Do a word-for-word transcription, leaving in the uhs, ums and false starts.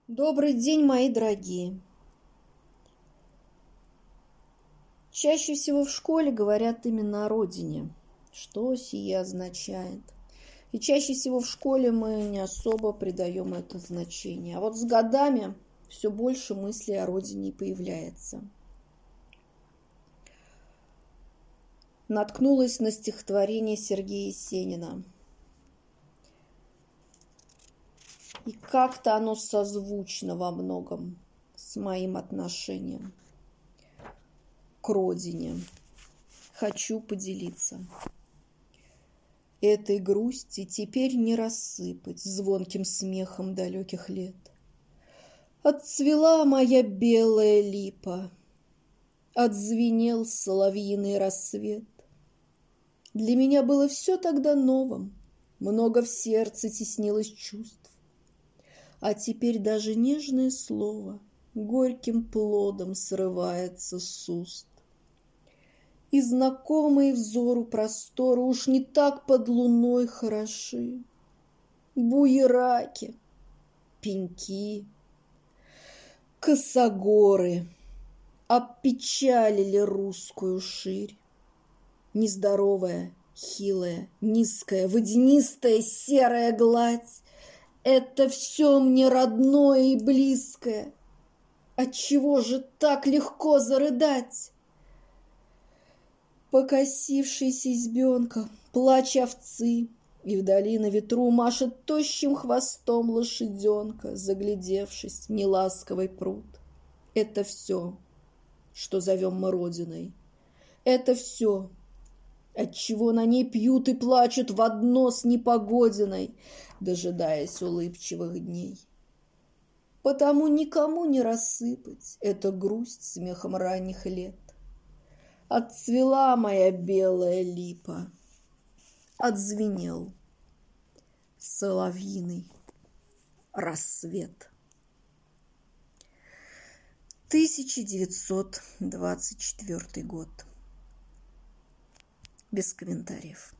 Добрый день, мои дорогие. Чаще всего в школе говорят именно о родине, что сие означает. И чаще всего в школе мы не особо придаем это значение. А вот с годами все больше мыслей о родине появляется. Наткнулась на стихотворение Сергея Есенина. И как-то оно созвучно во многом с моим отношением к родине. Хочу поделиться. Этой грусти теперь не рассыпать звонким смехом далеких лет. Отцвела моя белая липа, отзвенел соловьиный рассвет. Для меня было все тогда новым, много в сердце теснилось чувств. А теперь даже нежное слово горьким плодом срывается с уст. И знакомые взору просторы уж не так под луной хороши. Буераки, пеньки, косогоры опечалили русскую ширь. Нездоровая, хилая, низкая, водянистая серая гладь — это все мне родное и близкое. Отчего же так легко зарыдать? Покосившаяся избенка, плач овцы, и вдали на ветру машет тощим хвостом лошаденка, заглядевшись в неласковый пруд. Это все, что зовем мы родиной. Это все, отчего на ней пьют и плачут в одно с непогодиной, дожидаясь улыбчивых дней. Потому никому не рассыпать эту грусть смехом ранних лет. Отцвела моя белая липа, отзвенел соловьиный рассвет. тысяча девятьсот двадцать четвёртый год. Без комментариев.